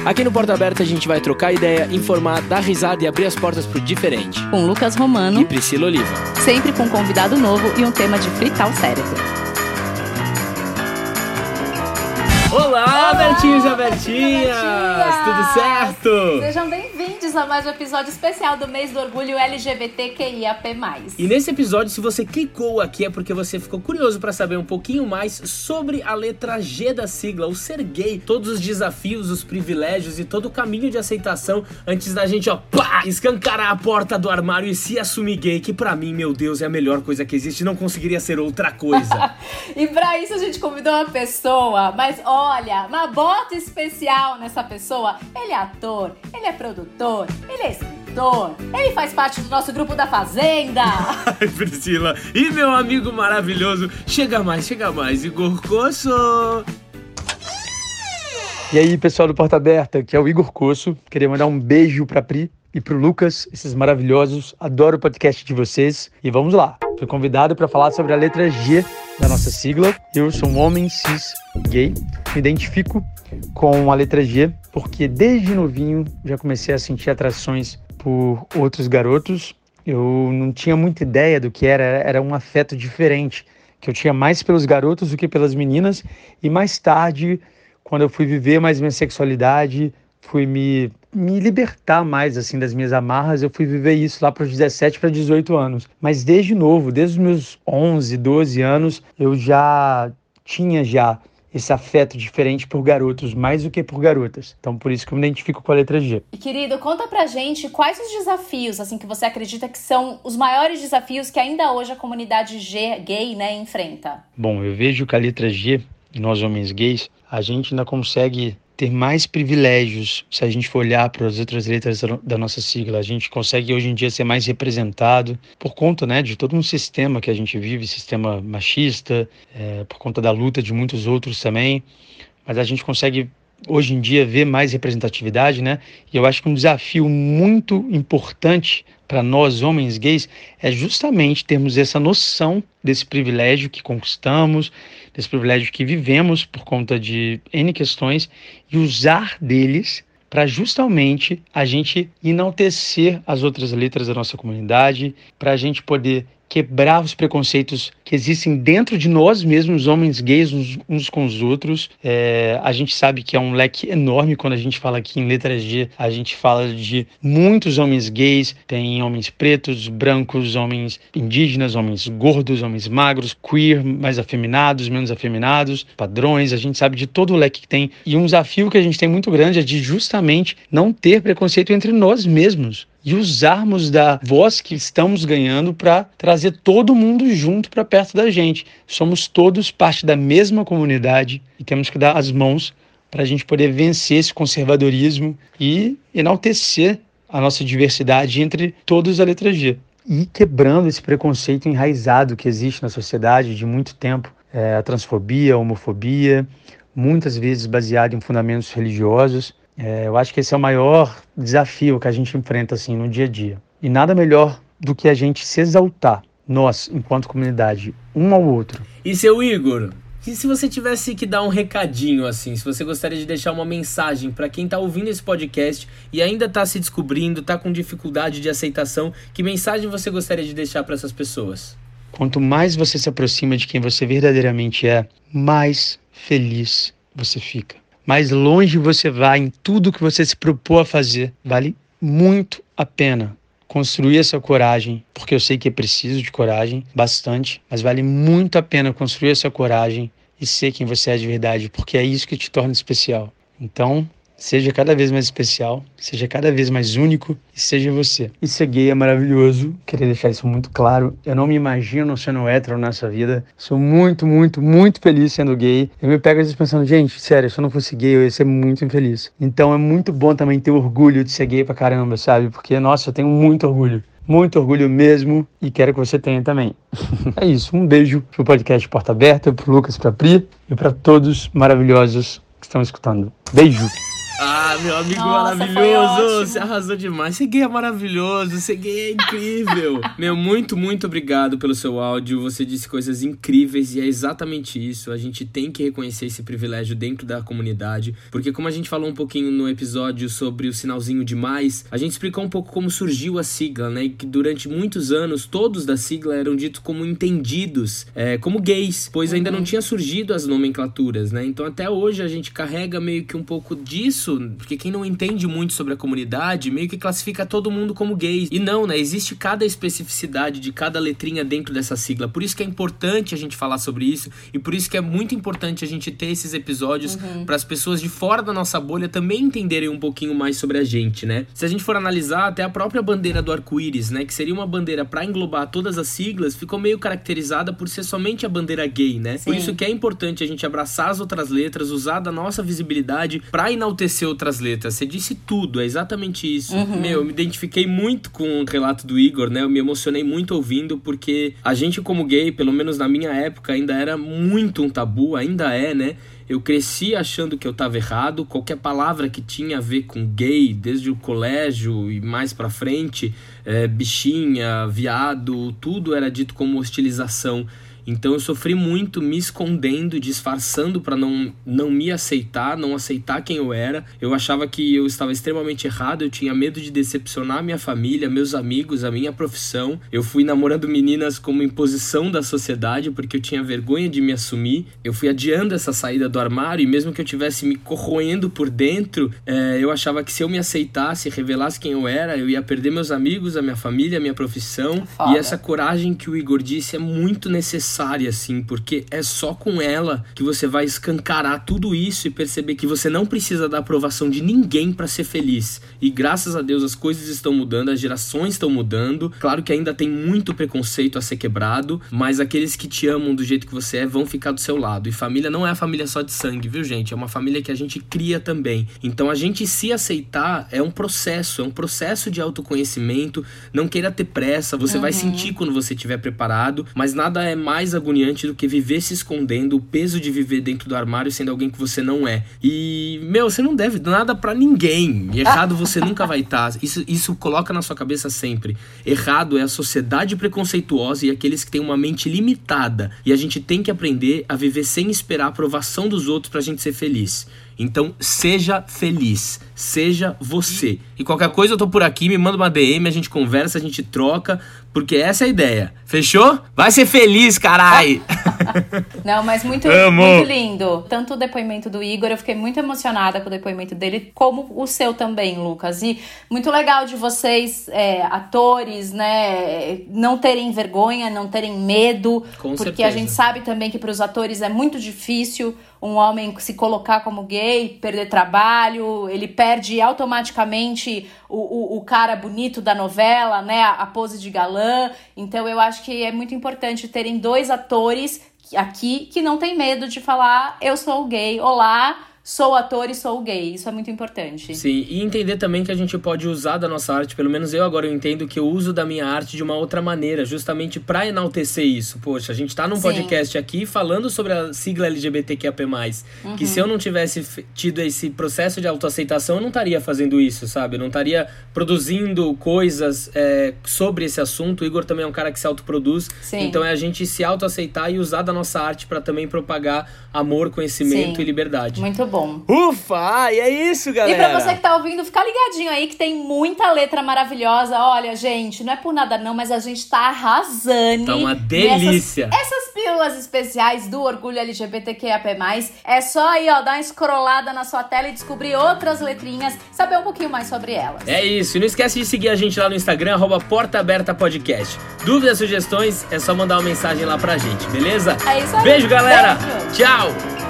Aqui no Porta Aberta a gente vai trocar ideia, informar, dar risada e abrir as portas pro diferente. Com Lucas Romano e Priscila Oliva. Sempre com um convidado novo e um tema de fritar o cérebro. Olá, Bertinhos e Bertinhas! Tudo certo? Sejam bem-vindos a mais um episódio especial do mês do orgulho LGBTQIAP+. E nesse episódio, se você clicou aqui, é porque você ficou curioso para saber um pouquinho mais sobre a letra G da sigla, o ser gay, todos os desafios, os privilégios e todo o caminho de aceitação antes da gente, escancarar a porta do armário e se assumir gay, que pra mim, meu Deus, é a melhor coisa que existe, não conseguiria ser outra coisa. E pra isso a gente convidou uma pessoa, mas olha, uma bota especial nessa pessoa. Ele é ator, ele é produtor, ele é escritor, ele faz parte do nosso grupo da Fazenda. Ai, Priscila, e meu amigo maravilhoso, chega mais, Igor Cosso. E aí, pessoal do Porta Aberta, aqui é o Igor Cosso. Queria mandar um beijo pra Pri e pro Lucas, esses maravilhosos. Adoro o podcast de vocês. E vamos lá. Fui convidado para falar sobre a letra G da nossa sigla. Eu sou um homem cis gay. Me identifico com a letra G porque desde novinho já comecei a sentir atrações por outros garotos. Eu não tinha muita ideia do que era um afeto diferente, que eu tinha mais pelos garotos do que pelas meninas. E mais tarde, quando eu fui viver mais minha sexualidade, fui me libertar mais assim das minhas amarras, eu fui viver isso lá para os 17 para 18 anos. Mas desde novo, desde os meus 11, 12 anos, eu já tinha esse afeto diferente por garotos, mais do que por garotas. Então, por isso que eu me identifico com a letra G. E, querido, conta pra gente quais os desafios, assim, que você acredita que são os maiores desafios que ainda hoje a comunidade gay, enfrenta. Bom, eu vejo que a letra G, nós homens gays, a gente ainda consegue ter mais privilégios se a gente for olhar para as outras letras da nossa sigla. A gente consegue hoje em dia ser mais representado por conta, de todo um sistema que a gente vive, sistema machista, por conta da luta de muitos outros também, mas a gente consegue hoje em dia ver mais representatividade, E eu acho que um desafio muito importante para nós homens gays é justamente termos essa noção desse privilégio que conquistamos, desse privilégio que vivemos por conta de N questões e usar deles para justamente a gente enaltecer as outras letras da nossa comunidade, para a gente poder quebrar os preconceitos que existem dentro de nós mesmos, homens gays, uns com os outros. A gente sabe que é um leque enorme quando a gente fala aqui em letra G. A gente fala de muitos homens gays, tem homens pretos, brancos, homens indígenas, homens gordos, homens magros, queer, mais afeminados, menos afeminados, padrões. A gente sabe de todo o leque que tem. E um desafio que a gente tem muito grande é de justamente não ter preconceito entre nós mesmos e usarmos da voz que estamos ganhando para trazer todo mundo junto para perto da gente. Somos todos parte da mesma comunidade e temos que dar as mãos para a gente poder vencer esse conservadorismo e enaltecer a nossa diversidade entre todos a letra G. E quebrando esse preconceito enraizado que existe na sociedade de muito tempo, a transfobia, a homofobia, muitas vezes baseado em fundamentos religiosos. Eu acho que esse é o maior desafio que a gente enfrenta assim, no dia a dia. E nada melhor do que a gente se exaltar, nós, enquanto comunidade, um ao outro. E seu Igor, e se você tivesse que dar um recadinho, assim, se você gostaria de deixar uma mensagem para quem tá ouvindo esse podcast e ainda tá se descobrindo, tá com dificuldade de aceitação, que mensagem você gostaria de deixar para essas pessoas? Quanto mais você se aproxima de quem você verdadeiramente é, mais feliz você fica. Mais longe você vai em tudo que você se propôs a fazer. Vale muito a pena construir essa coragem, porque eu sei que é preciso de coragem, bastante, mas vale muito a pena construir essa coragem e ser quem você é de verdade, porque é isso que te torna especial. Então, seja cada vez mais especial, seja cada vez mais único e seja você. E ser gay é maravilhoso, queria deixar isso muito claro. Eu não me imagino sendo hétero nessa vida. Sou muito, muito, muito feliz sendo gay. Eu me pego às vezes pensando, gente, sério, se eu não fosse gay eu ia ser muito infeliz. Então é muito bom também ter orgulho de ser gay pra caramba, sabe? Porque, nossa, eu tenho muito orgulho mesmo e quero que você tenha também. É isso, um beijo pro podcast Porta Aberta, pro Lucas, pra Pri e pra todos maravilhosos que estão escutando. Beijo! Ah, meu amigo. Nossa, maravilhoso, você arrasou demais. Ser gay é maravilhoso, ser gay é incrível. Meu, muito, muito obrigado pelo seu áudio. Você disse coisas incríveis e é exatamente isso. A gente tem que reconhecer esse privilégio dentro da comunidade, porque como a gente falou um pouquinho no episódio sobre o sinalzinho de mais, a gente explicou um pouco como surgiu a sigla, né? E que durante muitos anos todos da sigla eram ditos como entendidos, como gays, pois ainda não tinha surgido as nomenclaturas, né? Então até hoje a gente carrega meio que um pouco disso, porque quem não entende muito sobre a comunidade meio que classifica todo mundo como gays. E não, né? Existe cada especificidade de cada letrinha dentro dessa sigla. Por isso que é importante a gente falar sobre isso e por isso que é muito importante a gente ter esses episódios para as pessoas de fora da nossa bolha também entenderem um pouquinho mais sobre a gente, né? Se a gente for analisar, até a própria bandeira do arco-íris, né? Que seria uma bandeira para englobar todas as siglas, ficou meio caracterizada por ser somente a bandeira gay, né? Sim. Por isso que é importante a gente abraçar as outras letras, usar da nossa visibilidade para enaltecer outras letras. Você disse tudo, é exatamente isso. Meu, eu me identifiquei muito com o relato do Igor, né? Eu me emocionei muito ouvindo, porque a gente como gay, pelo menos na minha época, ainda era muito um tabu, ainda é, né? Eu cresci achando que eu tava errado, qualquer palavra que tinha a ver com gay, desde o colégio e mais pra frente, bichinha, viado, tudo era dito como hostilização. Então eu sofri muito me escondendo, disfarçando para não me aceitar, não aceitar quem eu era. Eu achava que eu estava extremamente errado, eu tinha medo de decepcionar minha família, meus amigos, a minha profissão. Eu fui namorando meninas como imposição da sociedade porque eu tinha vergonha de me assumir. Eu fui adiando essa saída do armário e mesmo que eu tivesse me corroendo por dentro, eu achava que se eu me aceitasse, revelasse quem eu era, eu ia perder meus amigos, a minha família, a minha profissão. Foda. E essa coragem que o Igor disse é muito necessária, assim, porque é só com ela que você vai escancarar tudo isso e perceber que você não precisa da aprovação de ninguém para ser feliz. E graças a Deus as coisas estão mudando, as gerações estão mudando. Claro que ainda tem muito preconceito a ser quebrado, mas aqueles que te amam do jeito que você é vão ficar do seu lado. E família não é a família só de sangue, viu, gente? É uma família que a gente cria também. Então a gente se aceitar é um processo de autoconhecimento. Não queira ter pressa, você vai sentir quando você estiver preparado, mas nada é mais agoniante do que viver se escondendo, o peso de viver dentro do armário sendo alguém que você não é. E, meu, você não deve nada pra ninguém. E errado você nunca vai estar. Isso coloca na sua cabeça sempre. Errado é a sociedade preconceituosa e aqueles que têm uma mente limitada. E a gente tem que aprender a viver sem esperar a aprovação dos outros pra gente ser feliz. Então, seja feliz. Seja você. E qualquer coisa eu tô por aqui, me manda uma DM, a gente conversa, a gente troca, porque essa é a ideia. Fechou? Vai ser feliz, carai! Não, mas muito lindo. Tanto o depoimento do Igor, eu fiquei muito emocionada com o depoimento dele, como o seu também, Lucas. E muito legal de vocês, atores, né, não terem vergonha, não terem medo. Com porque certeza. a gente sabe também que pros atores é muito difícil um homem se colocar como gay, perder trabalho, ele perde automaticamente o cara bonito da novela, né, a pose de galã. Então eu acho que é muito importante terem dois atores aqui que não tem medo de falar: eu sou gay, olá, sou ator e sou gay. Isso é muito importante. Sim, e entender também que a gente pode usar da nossa arte, pelo menos eu agora entendo que eu uso da minha arte de uma outra maneira, justamente pra enaltecer isso. Poxa, a gente tá num podcast aqui falando sobre a sigla LGBTQIAP+, que se eu não tivesse tido esse processo de autoaceitação, eu não estaria fazendo isso, sabe? Eu não estaria produzindo coisas sobre esse assunto. O Igor também é um cara que se autoproduz. Sim. Então é a gente se autoaceitar e usar da nossa arte pra também propagar amor, conhecimento e liberdade. Muito bom. Ufa! E é isso, galera! E pra você que tá ouvindo, fica ligadinho aí que tem muita letra maravilhosa. Olha, gente, não é por nada não, mas a gente tá arrasando. Tá uma delícia! Essas pílulas especiais do Orgulho LGBTQIAP+, é só aí, ó, dar uma escrolada na sua tela e descobrir outras letrinhas, saber um pouquinho mais sobre elas. É isso, e não esquece de seguir a gente lá no Instagram, @portaabertapodcast. Dúvidas, sugestões, é só mandar uma mensagem lá pra gente, beleza? É isso aí. Beijo, galera! Beijo. Tchau!